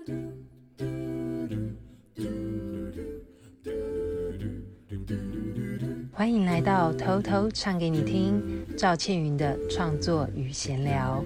欢迎来到偷偷唱给你听，赵倩云的创作与闲聊。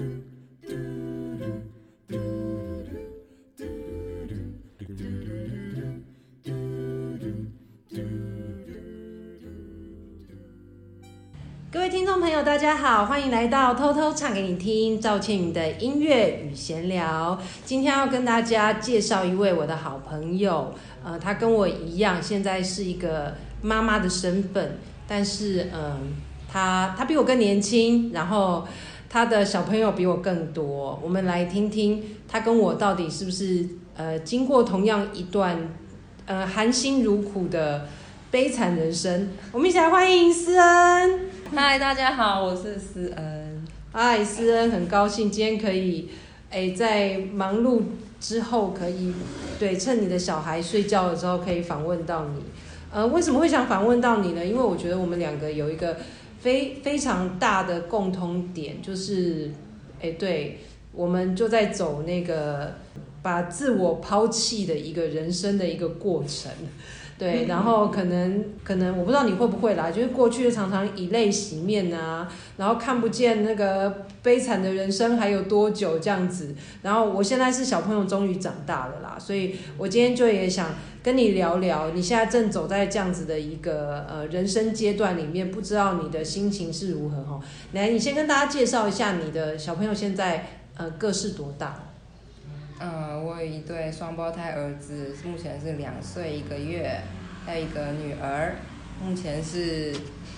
各位听众朋友大家好，欢迎来到偷偷唱给你听，赵倩云的音乐与闲聊。今天要跟大家介绍一位我的好朋友，他跟我一样现在是一个妈妈的身份，但是他比我更年轻，然后他的小朋友比我更多。我们来听听他跟我到底是不是经过同样一段含辛茹苦的悲惨人生。我们一起来欢迎思恩。 嗨，大家好，我是思恩。 嗨，思恩，很高兴今天可以在忙碌之后可以趁你的小孩睡觉的时候可以访问到你。为什么会想访问到你呢？因为我觉得我们两个有一个非常大的共通点，就是我们就在走那个把自我抛弃的一个人生的一个过程。对，然后可能我不知道你会不会啦，就是过去常常以泪洗面啊，然后看不见那个悲惨的人生还有多久这样子。然后我现在是小朋友终于长大了啦，所以我今天就也想跟你聊聊，你现在正走在这样子的一个人生阶段里面，不知道你的心情是如何齁。来，你先跟大家介绍一下你的小朋友现在各是多大？ 我有一对双胞胎儿子，目前是2岁1个月，还有一个女儿，目前是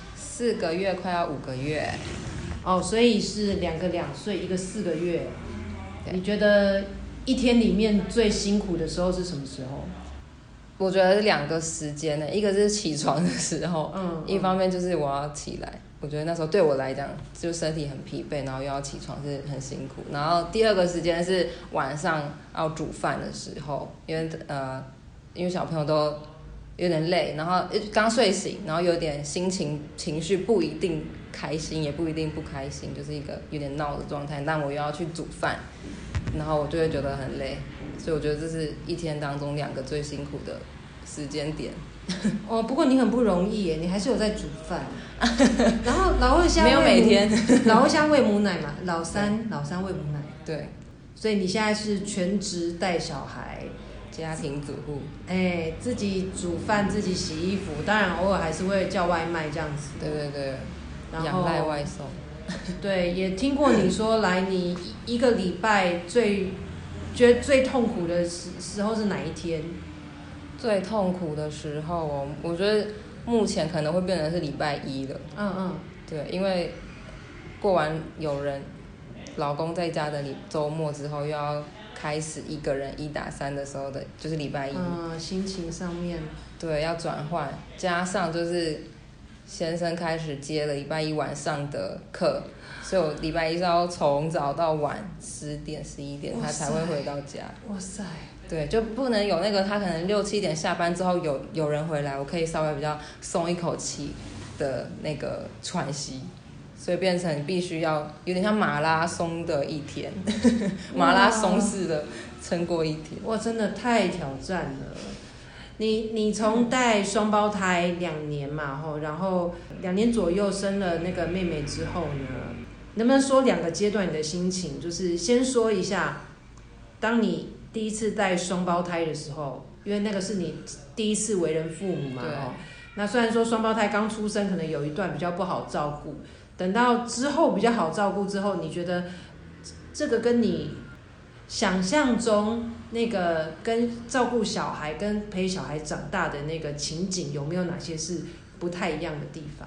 4个月，快要5个月。 哦，所以是2个2岁，1个4个月。你觉得一天里面最辛苦的时候是什么时候？ 我觉得是2个时间呢，一个是起床的时候，一方面就是我要起来，我觉得那时候对我来讲就身体很疲惫，然后又要起床是很辛苦。然后第二个时间是晚上要煮饭的时候，因为小朋友都有点累，然后刚睡醒，然后有点情绪不一定开心，也不一定不开心，就是一个有点闹的状态，但我又要去煮饭，然后我就会觉得很累。所以我觉得这是一天当中2个最辛苦的时间点。 不过你很不容易耶，你还是有在煮饭。然后老二现在没有每天， 老二现在喂母奶嘛，老三喂母奶。 对， 所以你现在是全职带小孩， 家庭主妇。 自己煮饭，自己洗衣服，当然偶尔还是会叫外卖这样子。 对， 然后仰赖外送。 对，也听过你说你一个礼拜觉得最痛苦的时候是哪一天？ 最痛苦的时候，我觉得目前可能会变成是礼拜一了。对，因为过完老公在家的周末之后，又要开始一个人1打3的时候的，就是礼拜一。 心情上面。对， 要转换，加上就是先生开始接了礼拜一晚上的课，所以我礼拜一是要从早到晚10点11点他才会回到家。 哇塞！ 对，就不能有那个他可能6、7点下班之后有人回来，我可以稍微比较松一口气的那个喘息，所以变成必须要有点像马拉松的一天，马拉松式的撑过一天。 哇，真的太挑战了！你从带双胞胎2年嘛，然后2年左右生了那个妹妹之后呢，能不能说2个阶段你的心情？就是先说一下，当你第一次带双胞胎的时候，因为那个是你第一次为人父母嘛，那虽然说双胞胎刚出生可能有一段比较不好照顾，等到之后比较好照顾之后，你觉得这个跟你想象中那个跟照顾小孩跟陪小孩长大的那个情景有没有哪些是不太一样的地方？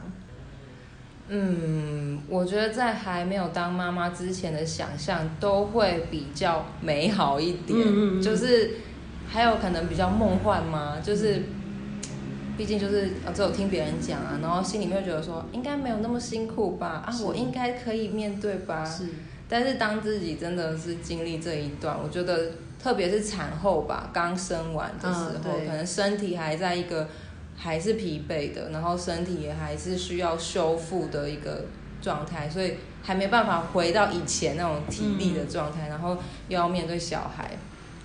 我觉得在还没有当妈妈之前的想象都会比较美好一点，就是还有可能比较梦幻嘛，就是毕竟就是只有听别人讲啊，然后心里面会觉得说应该没有那么辛苦吧，我应该可以面对吧。但是当自己真的是经历这一段，我觉得特别是产后吧，刚生完的时候，可能身体还在一个还是疲惫的，然后身体也还是需要修复的一个状态，所以还没办法回到以前那种体力的状态，然后又要面对小孩，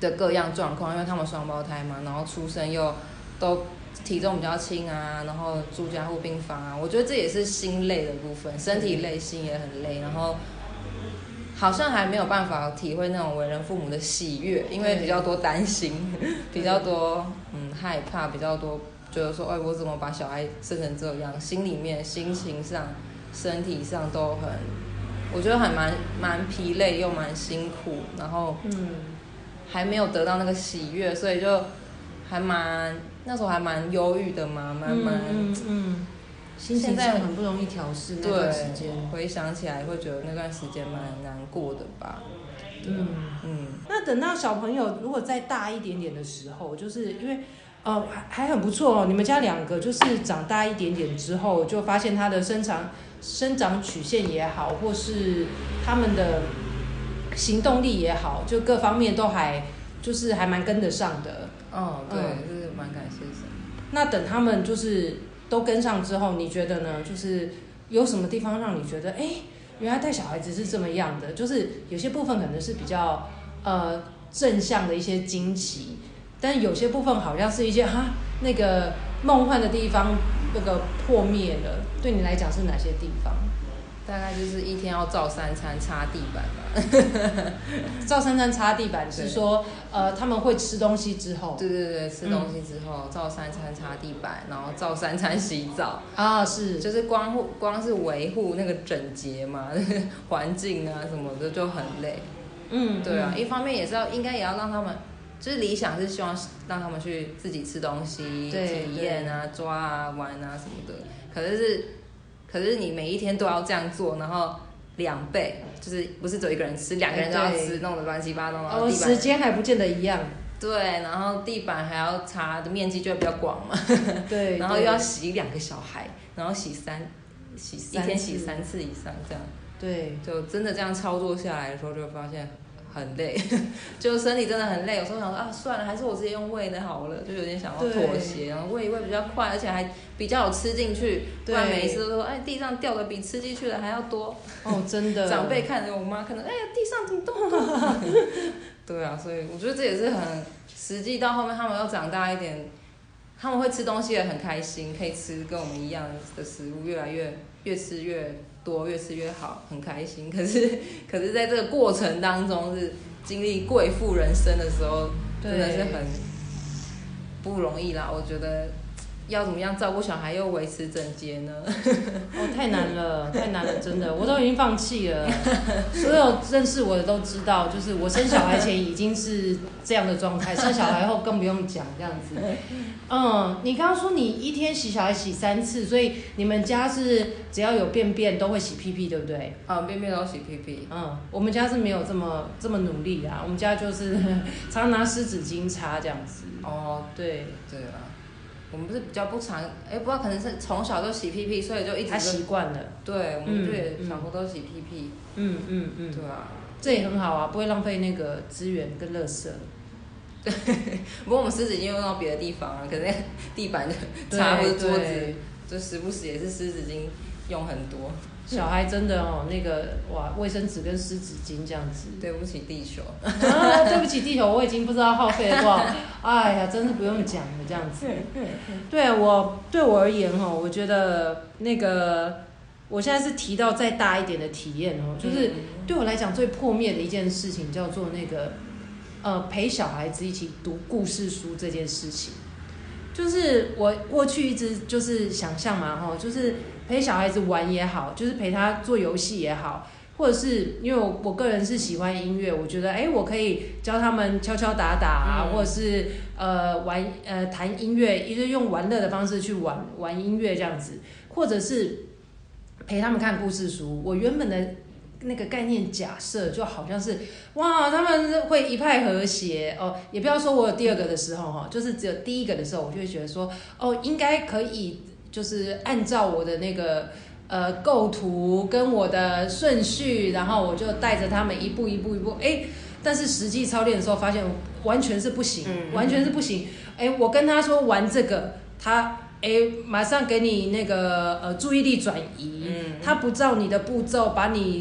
的各样状况，因为他们双胞胎嘛，然后出生又都体重比较轻啊，然后住加护病房啊，我觉得这也是心累的部分，身体累，心也很累，然后好像还没有办法体会那种为人父母的喜悦，因为比较多担心，比较多害怕，比较多觉得说，哎，我怎么把小孩生成这样，心里面、心情上、身体上都很，我觉得还蛮疲累又蛮辛苦，然后还没有得到那个喜悦，所以就那时候还蛮忧郁的嘛， 心情上很不容易调试那段时间。 回想起来会觉得那段时间蛮难过的吧。 那等到小朋友如果再大一点点的时候，就是因为还很不错哦，你们家2个就是长大一点点之后，就发现他的生长曲线也好，或是他们的行动力也好，就各方面都还蛮跟得上的。 对，就是蛮感谢神。 那等他们就是都跟上之后，你觉得呢？就是有什么地方让你觉得，原来带小孩子是这么样的？就是有些部分可能是比较正向的一些惊奇，但有些部分好像是一些那个梦幻的地方那个破灭了。对你来讲是哪些地方？ 大概就是一天要照3餐擦地板吧。 照3餐擦地板是说他们会吃东西之后， 对，吃东西之后照3餐擦地板，然后照3餐洗澡是， 就是光是维护那个整洁嘛，环境啊什么的就很累。对啊，一方面也是应该也要让他们，就是理想是希望让他们去自己吃东西、体验啊、抓啊、玩啊什么的。可是你每一天都要这样做，然后2倍，就是不是只有一个人吃，2个人都要吃，弄得乱七八糟，然后地板时间还不见得一样。 对，然后地板还要擦的面积就会比较广嘛。 对， 然后又要洗2个小孩，然后一天洗3次以上这样。 对， 就真的这样操作下来的时候，就发现很累，就身体真的很累。有时候想说算了，还是我直接用喂的好了，就有点想要妥协，然后喂一喂比较快，而且还比较有吃进去。不然每一次都说，地上掉的比吃进去的还要多。 真的。 长辈看着我妈看着，地上怎么动？对啊，所以我觉得这也是很实际。到后面他们要长大一点，他们会吃东西也很开心，可以吃跟我们一样的食物，越吃越多，越吃越好，很开心。可是在这个过程当中，是经历贵妇人生的时候，真的是很不容易啦。我觉得要怎么样照顾小孩又维持整洁呢？ 太难了，太难了，真的，我都已经放弃了。所有认识我的都知道，就是我生小孩前已经是这样的状态，生小孩后更不用讲这样子。你刚刚说你一天洗小孩洗3次，所以你们家是只要有便便都会洗屁屁，对不对？ 便便都洗屁屁。 我们家是没有这么努力啊，我们家就是常拿湿纸巾擦这样子。对啊。我们不是比较不常，不知道可能是从小就洗屁屁，所以就一直他习惯了。 对，我们就也小时候都洗屁屁。对啊， 这也很好啊，不会浪费那个资源跟垃圾。 对，不过我们湿纸巾用到别的地方啊，可能地板擦或者桌子，就时不时也是湿纸巾用很多。 小孩真的卫生纸跟湿纸巾这样子。 对不起地球。 对不起地球，我已经不知道耗费了多少。哎呀，真是不用讲了这样子。对我而言我觉得那个我现在是提到再大一点的体验就是对我来讲最破灭的一件事情叫做那个陪小孩子一起读故事书这件事情。就是我过去一直就是想象嘛就是陪小孩子玩也好，就是陪他做游戏也好，或者是因为我个人是喜欢音乐，我觉得我可以教他们敲敲打打啊，或者是弹音乐，就是用玩乐的方式去玩音乐这样子，或者是陪他们看故事书。我原本的那个概念假设就好像是哇，他们会一派和谐也不要说我有第2个的时候就是只有第1个的时候，我就会觉得说应该可以，就是按照我的那个构图跟我的顺序，然后我就带着他们一步一步但是实际操练的时候发现完全是不行，完全是不行。我跟他说玩这个，他马上给你那个注意力转移，他不照你的步骤把你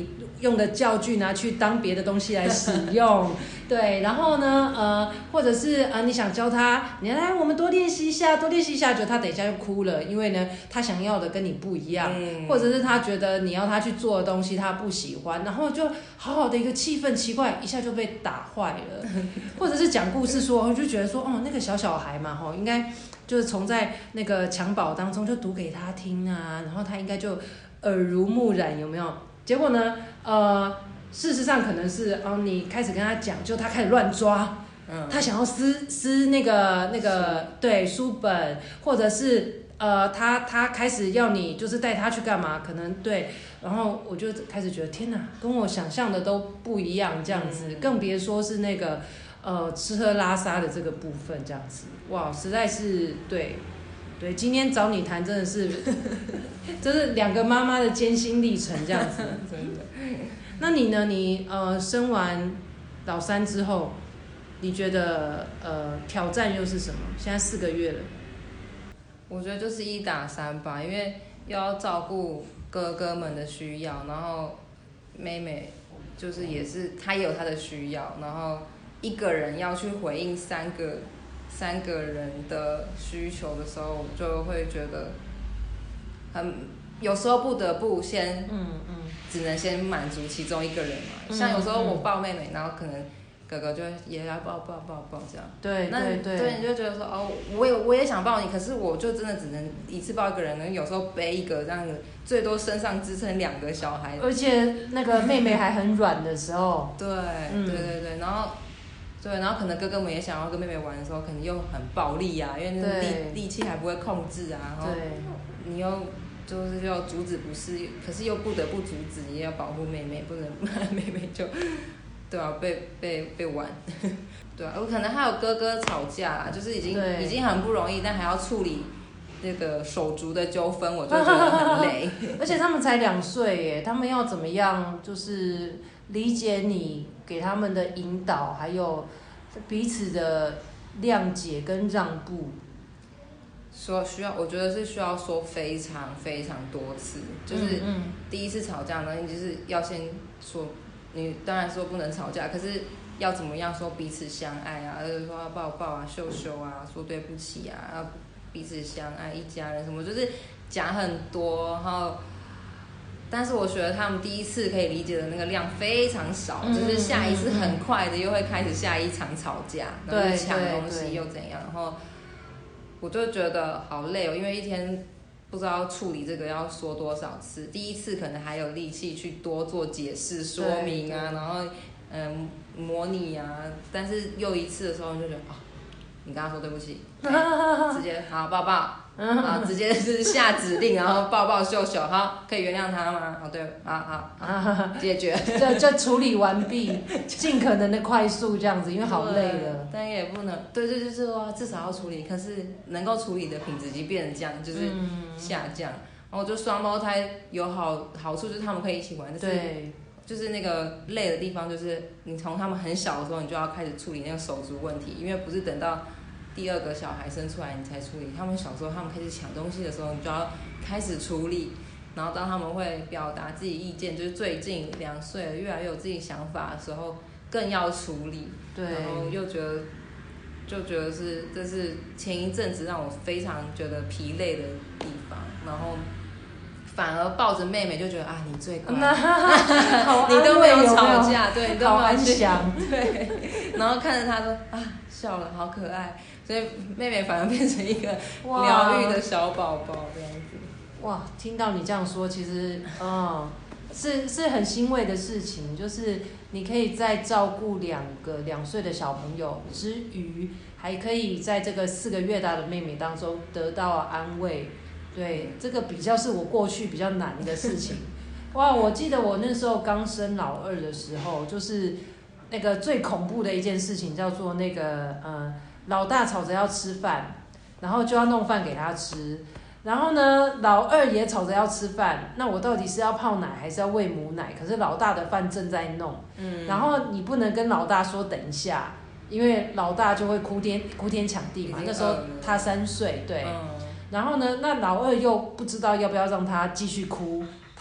用的教具拿去当别的东西来使用，对，然后呢，或者是你想教他，你来我们多练习一下，多练习一下，就他等一下就哭了，因为呢，他想要的跟你不一样，或者是他觉得你要他去做的东西他不喜欢，然后就好好的一个气氛，奇怪一下就被打坏了，或者是讲故事说，我就觉得说，那个小孩嘛，应该就是从在那个襁褓当中就读给他听啊，然后他应该就耳濡目染，有没有？结果呢，事实上可能是你开始跟他讲，就他开始乱抓，他想要撕那个对书本，或者是他开始要你就是带他去干嘛，可能对，然后我就开始觉得天哪，跟我想象的都不一样这样子，更别说是那个吃喝拉撒的这个部分这样子，哇，实在是对。对，今天找你谈真的是，真是2个妈妈的艰辛历程这样子，真的。那你呢？你生完老3之后，你觉得挑战又是什么？现在4个月了。 我觉得就是1打3吧，因为要照顾哥哥们的需要，然后妹妹就是也是她也有她的需要，然后一个人要去回应3个人的需求的时候，我就会觉得有时候不得不先只能先满足其中一个人嘛。像有时候我抱妹妹，然后可能哥哥就也要抱这样。 对， 对，你就觉得说我也想抱你，可是我就真的只能一次抱一个人，有时候背一个这样子，最多身上支撑2个小孩。 而且那个妹妹还很软的时候。 对，然后可能哥哥们也想要跟妹妹玩的时候，可能又很暴力啊，因为那力气还不会控制啊，然后你又就是要阻止不是，可是又不得不阻止，你也要保护妹妹，不能妹妹就对啊被玩，对啊，我可能还有哥哥吵架啦，就是已经很不容易，但还要处理那个手足的纠纷，我就觉得很累。 而且他们才2岁耶，他们要怎么样就是理解你给他们的引导，还有彼此的谅解跟让步。 我觉得是需要说非常非常多次，就是第一次吵架呢，你就是要先说，你当然说不能吵架，可是要怎么样说彼此相爱啊，就是说要抱抱啊、秀秀啊、说对不起啊，要彼此相爱，一家人什么，就是讲很多，然后。但是我觉得他们第一次可以理解的那个量非常少，就是下一次很快的又会开始下一场吵架，然后抢东西又怎样，然后我就觉得好累哦，因为一天不知道处理这个要说多少次，第一次可能还有力气去多做解释说明啊，然后模拟啊，但是又一次的时候你就觉得你跟他说对不起，直接好抱抱。直接就是下指令，然后抱抱秀秀，好，可以原谅他吗？对，好，解决， 就处理完毕，尽可能的快速这样子，因为好累了。 但也不能，对，就是说至少要处理，可是能够处理的品质已经变成这样，就是下降。然后我觉得双胞胎有好处，就是他们可以一起玩， 对。 就是那个累的地方，就是你从他们很小的时候，你就要开始处理那个手足问题，因为不是等到第2个小孩生出来你才处理，他们小时候他们开始抢东西的时候，你就要开始处理，然后当他们会表达自己意见，就是最近2岁了，越来越有自己想法的时候，更要处理。 对， 然后又觉得这是前一阵子让我非常觉得疲累的地方，然后反而抱着妹妹就觉得你最乖，你都没有吵架，对，你都没有好安详， 对，然后看着她说笑了，好可爱。所以妹妹反而变成一个疗愈的小宝宝这样子。 哇，听到你这样说，其实是很欣慰的事情，就是你可以在照顾2个2岁的小朋友之余，还可以在这个4个月大的妹妹当中得到安慰。对，这个比较是我过去比较难的事情。哇，我记得我那时候刚生老2的时候，就是那个最恐怖的一件事情，叫做那个老大吵着要吃饭，然后就要弄饭给他吃。然后呢，老2也吵着要吃饭，那我到底是要泡奶还是要喂母奶？可是老大的饭正在弄，然后你不能跟老大说等一下，因为老大就会哭天抢地嘛。那时候他3岁，对。然后呢，那老2又不知道要不要让他继续哭，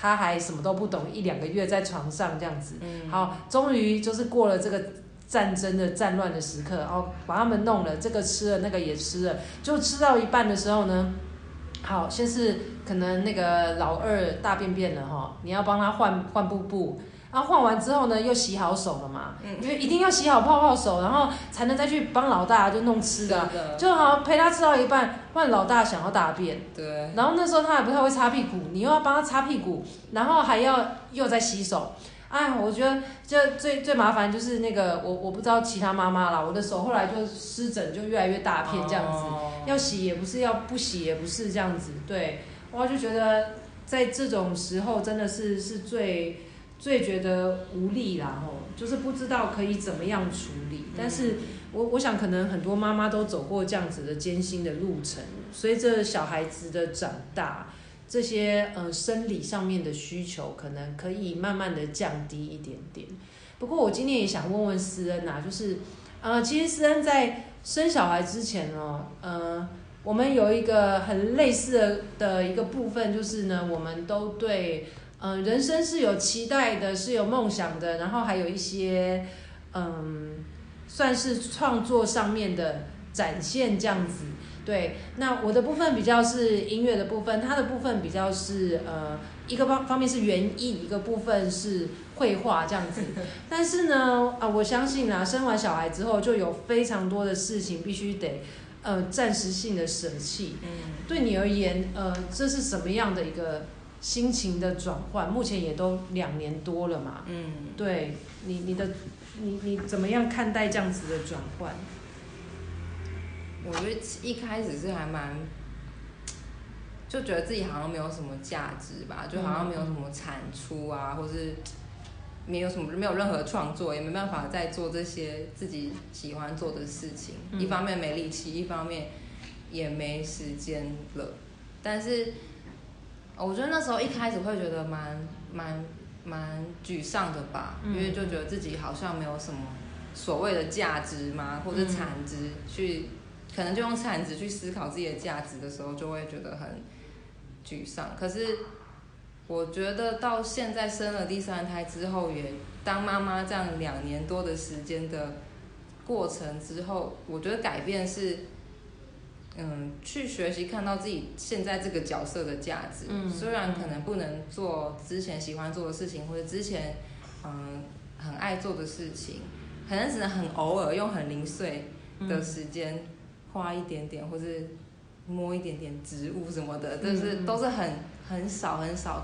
他还什么都不懂，1-2个月在床上这样子。好，终于就是过了这个战争的战乱的时刻，然后把他们弄了，这个吃了，那个也吃了，就吃到一半的时候呢，好，先是可能那个老二大便便了哈，你要帮他换布布。然后换完之后呢，又洗好手了嘛，因为一定要洗好泡手，然后才能再去帮老大就弄吃的，就好陪他吃到一半，换老大想要大便， 对， 然后那时候他还不太会擦屁股，你又要帮他擦屁股，然后还要又在洗手，哎，我觉得这最麻烦就是那个我不知道其他妈妈啦，我的手后来就湿疹就越来越大片这样子，要洗也不是，要不洗也不是这样子，对，我就觉得在这种时候真的是最觉得无力啦，就是不知道可以怎么样处理。但是我想可能很多妈妈都走过这样子的艰辛的路程，随着小孩子的长大，这些生理上面的需求可能可以慢慢的降低一点点。不过我今天也想问问思恩啊，就是其实思恩在生小孩之前我们有一个很类似的一个部分，就是呢，我们都对人生是有期待的，是有梦想的，然后还有一些算是创作上面的展现这样子。对，那我的部分比较是音乐的部分，他的部分比较是一个方面是园艺，一个部分是绘画这样子。但是呢我相信啦，生完小孩之后就有非常多的事情必须得暂时性的舍弃。对你而言这是什么样的一个心情的转换？目前也都2年多了嘛。对你怎么样看待这样子的转换？ 我觉得一开始是还蛮，就觉得自己好像没有什么价值吧，就好像没有什么产出啊，或是没有任何创作，也没办法再做这些自己喜欢做的事情。一方面没力气，一方面也没时间了。但是我觉得那时候一开始会觉得蛮沮丧的吧，因为就觉得自己好像没有什么所谓的价值嘛，或者产值去。可能就用产值去思考自己的价值的时候，就会觉得很沮丧。可是我觉得到现在生了第3胎之后，也当妈妈这样2年多的时间的过程之后，我觉得改变是，去学习看到自己现在这个角色的价值。虽然可能不能做之前喜欢做的事情，或者之前很爱做的事情，可能只能很偶尔用很零碎的时间。画一点点，或是摸一点点植物什么的，都是很少，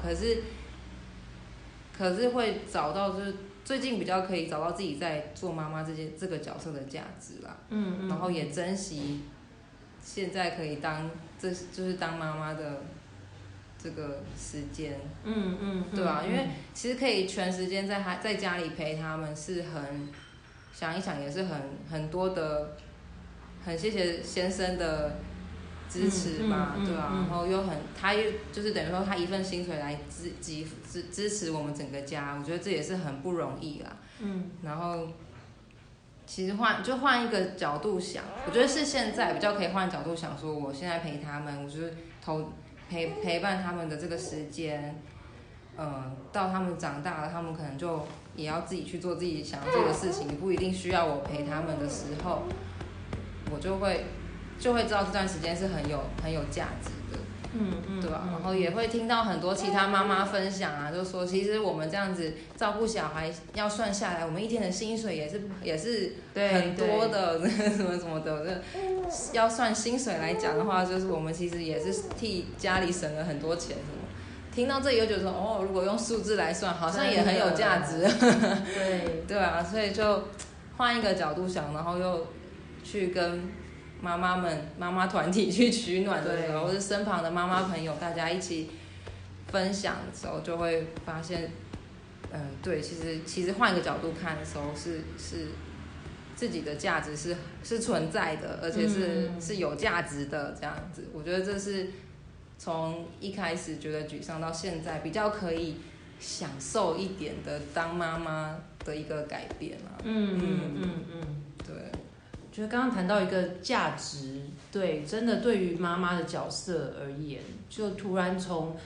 可是会找到，就是最近比较可以找到自己在做妈妈这个角色的价值啦。然后也珍惜现在可以就是当妈妈的这个时间。对吧？因为其实可以全时间在家里陪他们，是想一想也是很多的。很谢谢先生的支持吧，对吧？然后他又就是等于说他一份薪水来支持我们整个家，我觉得这也是很不容易啦。然后其实换一个角度想，我觉得是现在比较可以换角度想，说我现在陪他们，我就是陪伴他们的这个时间，到他们长大了，他们可能就也要自己去做自己想要做的事情，不一定需要我陪他们的时候。我就会知道这段时间是很有价值的，对吧？然后也会听到很多其他妈妈分享啊，就说其实我们这样子照顾小孩要算下来，我们一天的薪水也是很多的，什么的，要算薪水来讲的话，就是我们其实也是替家里省了很多钱，什么。听到这里又觉得说，如果用数字来算，好像也很有价值，对啊，所以就换一个角度想，然后又。去跟妈妈团体去取暖的时候，或是身旁的妈妈朋友，大家一起分享的时候，就会发现，对，其实换一个角度看的时候，是自己的价值是存在的，而且是有价值的这样子。我觉得这是从一开始觉得沮丧到现在比较可以享受一点的当妈妈的一个改变啊。对。 觉得刚刚谈到一个价值，对，真的对于妈妈的角色而言，就突然从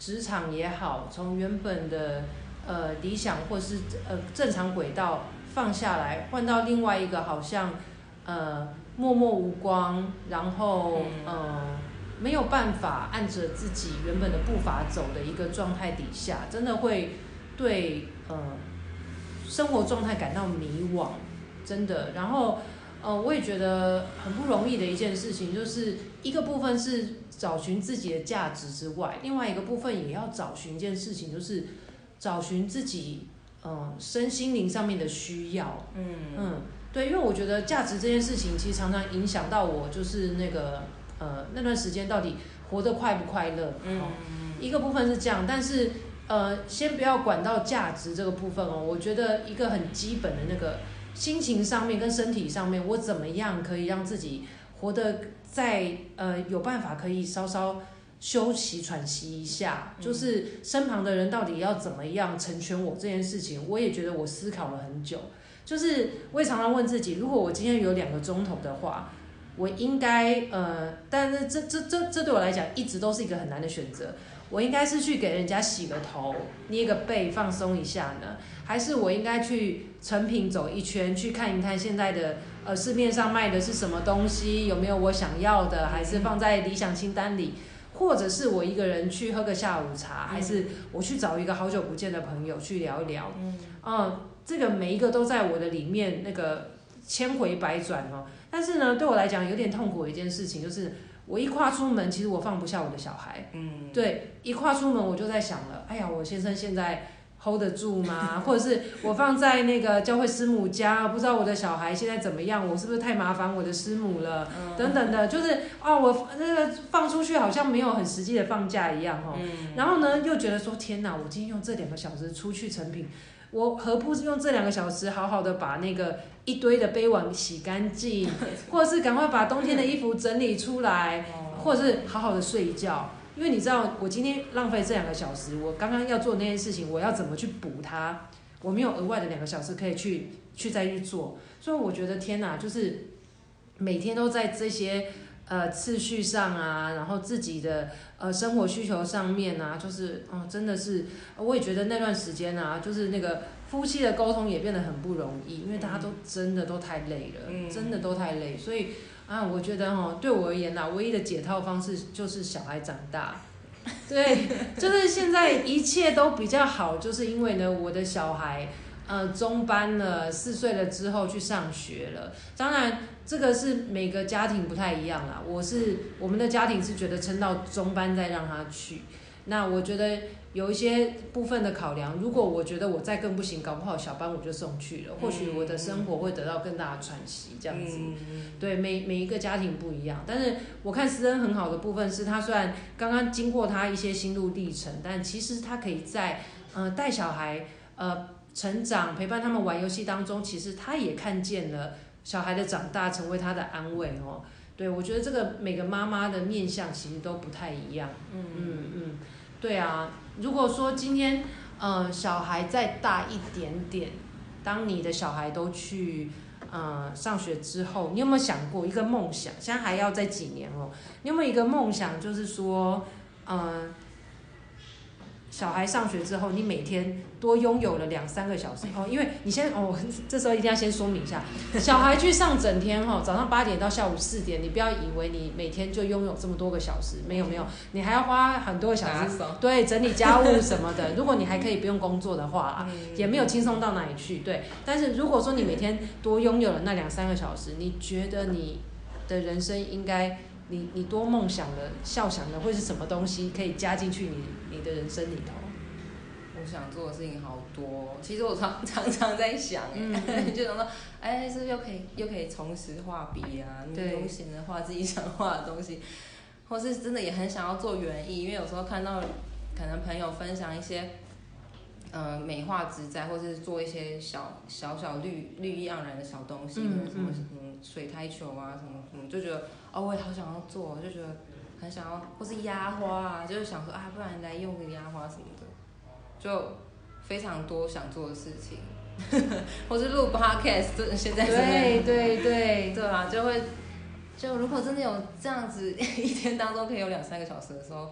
职场也好，从原本的理想或是正常轨道放下来，换到另外一个好像默默无光，然后没有办法按着自己原本的步伐走的一个状态底下，真的会对生活状态感到迷惘，真的。然后我也觉得很不容易的一件事情，就是一个部分是找寻自己的价值之外，另外一个部分也要找寻一件事情，就是找寻自己身心灵上面的需要。对，因为我觉得价值这件事情，其实常常影响到我，就是那段时间到底活得快不快乐。一个部分是这样，但是先不要管到价值这个部分我觉得一个很基本的那个心情上面跟身体上面，我怎么样可以让自己活得在有办法可以稍稍休息喘息一下，就是身旁的人到底要怎么样成全我这件事情，我也觉得我思考了很久。就是我也常常问自己，如果我今天有2个钟头的话，我应该但是这对我来讲一直都是一个很难的选择。我应该是去给人家洗个头、捏个背、放松一下呢，还是我应该去成品走一圈，去看一看现在的市面上卖的是什么东西，有没有我想要的，还是放在理想清单里，或者是我一个人去喝个下午茶，还是我去找一个好久不见的朋友去聊一聊。这个每一个都在我的里面那个千回百转但是呢，对我来讲有点痛苦的一件事情，就是我一跨出门，其实我放不下我的小孩。对，一跨出门我就在想了，哎呀，我先生现在 hold 得住吗？或者是我放在那个教会师母家，不知道我的小孩现在怎么样，我是不是太麻烦我的师母了？等等的，就是我那个放出去好像没有很实际的放假一样然后呢，又觉得说天哪，我今天用这2个小时出去成品，我何不用这2个小时好好的把那个一堆的杯碗洗干净，或者是赶快把冬天的衣服整理出来，或者是好好的睡一觉。因为你知道，我今天浪费这2个小时，我刚刚要做那件事情，我要怎么去补它？我没有额外的2个小时可以再去做，所以我觉得天哪，就是每天都在这些次序上啊，然后自己的生活需求上面啊，就是真的是，我也觉得那段时间啊，就是那个夫妻的沟通也变得很不容易，因为大家都真的都太累了，真的都太累，所以我觉得对我而言唯一的解套方式就是小孩长大。对，就是现在一切都比较好，就是因为呢，我的小孩中班了，4岁了之后去上学了。当然，这个是每个家庭不太一样啦。我们的家庭是觉得撑到中班再让他去。那我觉得有一些部分的考量，如果我觉得我再更不行，搞不好小班我就送去了，或许我的生活会得到更大的喘息，这样子。对，每一个家庭不一样，但是我看思恩很好的部分是，他虽然刚刚经过他一些心路历程，但其实他可以在带小孩成长、陪伴他们玩游戏当中，其实他也看见了小孩的长大成为他的安慰对，我觉得这个每个妈妈的面向其实都不太一样。对啊，如果说今天小孩再大一点点，当你的小孩都去上学之后，你有没有想过一个梦想？现在还要再几年你有没有一个梦想，就是说小孩上学之后，你每天多拥有了2-3个小时因为你先这时候一定要先说明一下，小孩去上整天早上8点到下午4点，你不要以为你每天就拥有这么多个小时，没有，你还要花很多个小时，对，整理家务什么的。如果你还可以不用工作的话也没有轻松到哪里去，对。但是如果说你每天多拥有了那2-3个小时，你觉得你的人生应该你多梦想的、笑想的会是什么东西可以加进去你的人生里头？ 我想做的事情好多，其实我常在想就想说，是不是又可以重拾画笔啊，悠闲的画自己想画的东西，或是真的也很想要做园艺，因为有时候看到可能朋友分享一些美化植栽，或是做一些小绿意盎然的小东西，什么水苔球啊什么，就觉得我也好想要做，就觉得很想要，或是压花啊，就是想说不然来用个压花什么的，就非常多想做的事情，或是录 podcast， 现在对啊，就如果真的有这样子一天当中可以有2-3个小时的时候，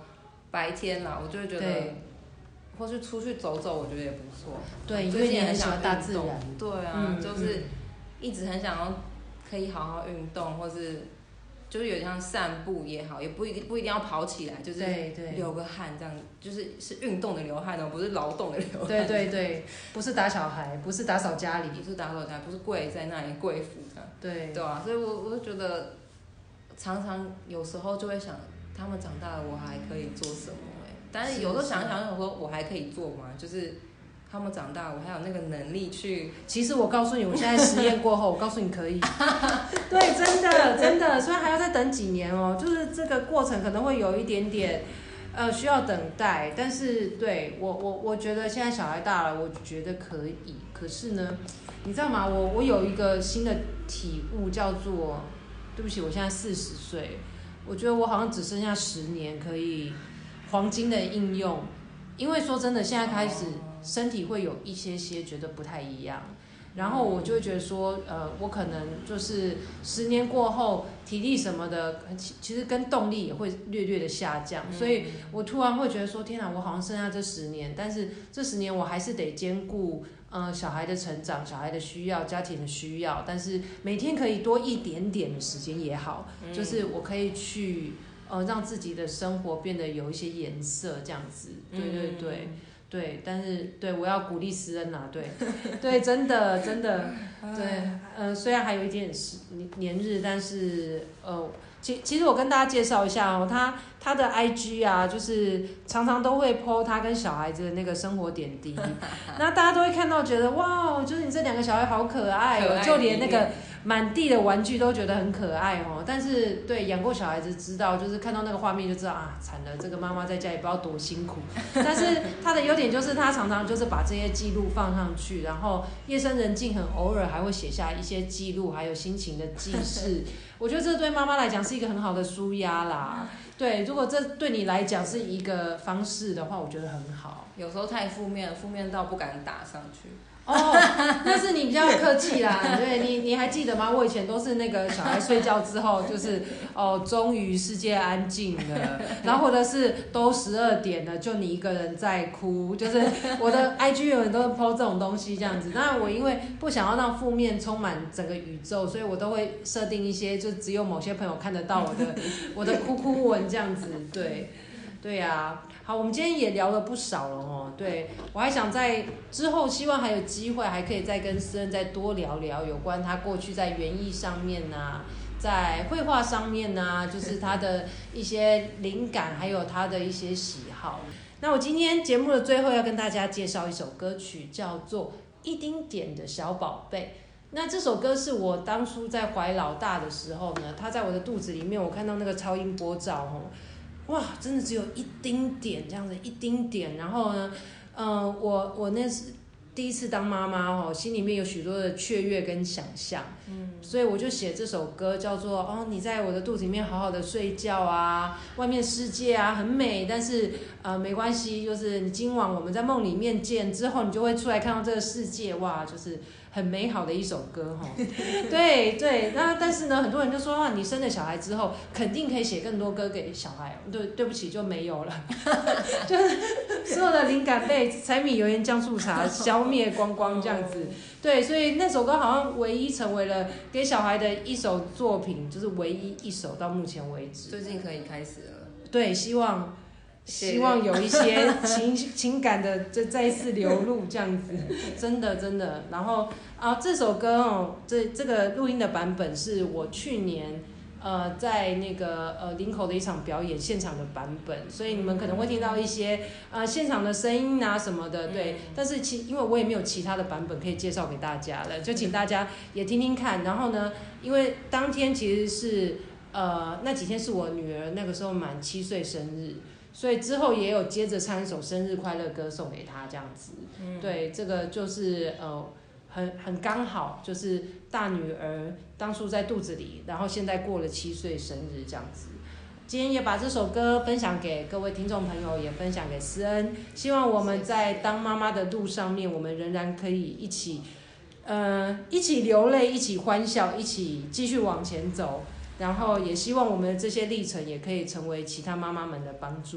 白天啦，我就会觉得，或是出去走走，我觉得也不错。 对，因为你很喜欢大自然。 对啊，就是一直很想要可以好好运动，或是就是有点像散步也好，也不一定要跑起来，就是流个汗这样，就是运动的流汗哦，不是劳动的流汗。 对，不是打小孩，不是打扫家里， 不是打扫家里，不是跪在那里跪服这样。对啊，所以我就觉得，常常有时候就会想，他们长大了，我还可以做什么？但是有时候想说，我还可以做吗？就是他们长大，我还有那个能力去。 其实我告诉你，我现在实验过后，我告诉你可以。对，真的，虽然还要再等几年哦，就是这个过程可能会有一点点需要等待，但是对我觉得现在小孩大了，我觉得可以。可是呢，你知道吗？我有一个新的体悟，叫做对不起，我现在40岁，我觉得我好像只剩下10年可以黄金的应用，因为说真的，现在开始身体会有一些觉得不太一样，然后我就会觉得说，我可能就是10年过后，体力什么的，其实跟动力也会略的下降，所以我突然会觉得说，天哪，我好像剩下这10年，但是这10年我还是得兼顾小孩的成长、小孩的需要、家庭的需要，但是每天可以多一点点的时间也好，就是我可以去让自己的生活变得有一些颜色，这样子，对，但是对我要鼓励思恩啊，对，真的，对，虽然还有一点年日，但是其实我跟大家介绍一下哦，他的 IG 啊，就是常常都会 po 他跟小孩子的那个生活点滴，那大家都会看到觉得哇，就是你这2个小孩好可爱哦，就连那个满地的玩具都觉得很可爱哦。但是对养过小孩子知道，就是看到那个画面就知道啊，惨了，这个妈妈在家也不知道多辛苦。但是他的优点就是他常常就是把这些记录放上去，然后夜深人静很偶尔还会写下一些记录，还有心情的记事。我觉得这对妈妈来讲是一个很好的抒压啦。对，如果这对你来讲是一个方式的话，我觉得很好。 有时候太负面到不敢打上去。 哦，那是你比较客气啦。对，你还记得吗？我以前都是那个小孩睡觉之后，就是终于世界安静了，然后或者是都12点了，就你一个人在哭，就是我的 IG 有人都 po 这种东西这样子。那我因为不想要让负面充满整个宇宙，所以我都会设定一些，就只有某些朋友看得到我的哭文这样子。对呀，好，我们今天也聊了不少了哦。对，我还想在之后，希望还有机会，还可以再跟思恩再多聊聊有关他过去在园艺上面啊，在绘画上面啊，就是他的一些灵感，还有他的一些喜好。那我今天节目的最后要跟大家介绍一首歌曲，叫做《一丁点的小宝贝》。那这首歌是我当初在怀老大的时候呢，他在我的肚子里面，我看到那个超音波照哦。哇，真的只有一丁点这样子，一丁点。然后呢，我那是第一次当妈妈哦，心里面有许多的雀跃跟想象，所以我就写这首歌，叫做你在我的肚子里面好好的睡觉啊，外面世界啊很美，但是没关系，就是你今晚我们在梦里面见，之后你就会出来看到这个世界，哇，就是很美好的一首歌哈。对，那但是呢，很多人就说你生了小孩之后，肯定可以写更多歌给小孩。对不起，就没有了，就是所有的灵感被柴米油盐酱醋茶消灭光光这样子。对，所以那首歌好像唯一成为了给小孩的一首作品，就是唯一一首到目前为止。 最近可以开始了。对， 希望有一些情感的再一次流露这样子，真的。然后这首歌这个录音的版本是我去年在那个林口的一场表演现场的版本，所以你们可能会听到一些现场的声音啊什么的，对。但是因为我也没有其他的版本可以介绍给大家了，就请大家也听听看。然后呢，因为当天其实是那几天是我女儿那个时候满7岁生日。所以之后也有接着唱一首生日快乐歌送给他这样子，对，这个就是很刚好，就是大女儿当初在肚子里，然后现在过了7岁生日这样子。今天也把这首歌分享给各位听众朋友，也分享给思恩，希望我们在当妈妈的路上面，我们仍然可以一起流泪，一起欢笑，一起继续往前走。然后也希望我们的这些历程也可以成为其他妈妈们的帮助。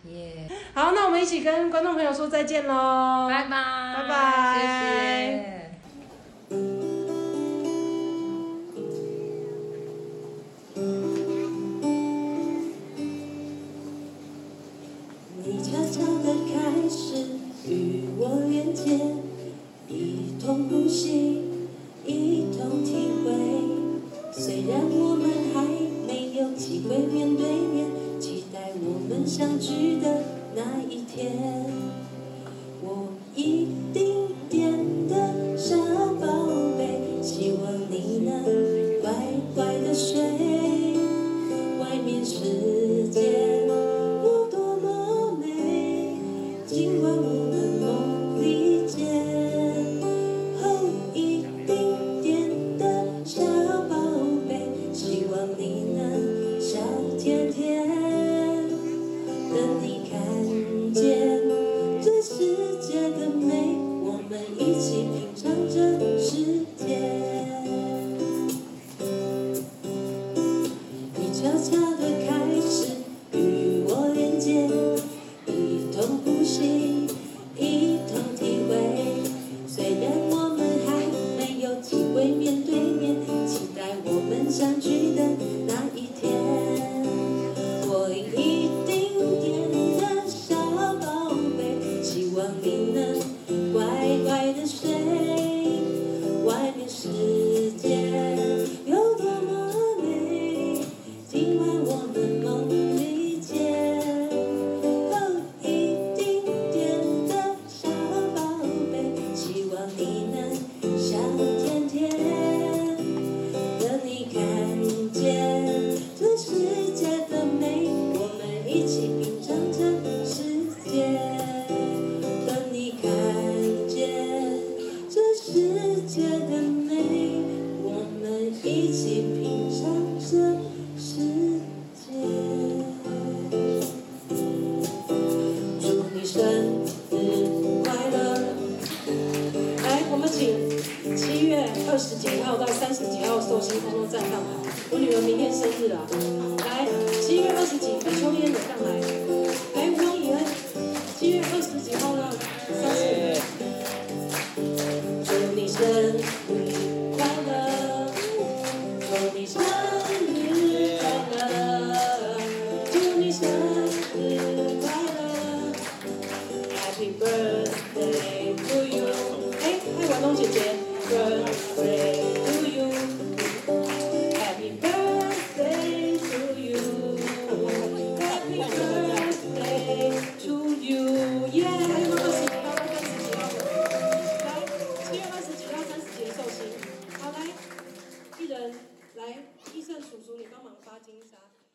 耶！ 好，那我们一起跟观众朋友说再见喽， 拜拜， 拜拜， 谢谢。 你悄悄地开始与我连接，一同呼吸，一同体会。虽然我们还没有机会面对面，期待我们相聚的那一天。我一丁点的小宝贝，希望你能乖乖的睡。外面世界有多么美，尽管我们梦里见。哦，一丁点的小宝贝，希望你能笑甜甜。等你看见这世界的美，我们一起品尝这世界。你悄悄地开始与我连接，一同呼吸，一同体会。虽然我们还没有机会面对面，期待我们相聚的那一天。我一丁点的小宝贝，希望你能乖乖的睡。外面世界有多么美，今晚我们梦里见。哦，一丁点的小宝贝，希望你能笑甜甜。等你看见这世界的美，我们一起品尝这世界。等你看见这世界的美，我们一起品尝这世界。祝你生日快乐！来，我们请7月20几号到30几号寿星通通站上来。我女儿明天生日啊，来7月20几，秋燕也上来。来，汪以恩，7月20几号到30。祝你生日快乐！祝你生日快乐！祝你生日快乐 ！Happy birthday to you！ 哎，嗨，婉东姐姐 ，Birthday to you！Happy birthday to you！Happy birthday to you！ 耶！还有20几号到30几号的，来，7月20几到30几的寿星，好来，一人来，医生叔叔你帮忙发金沙。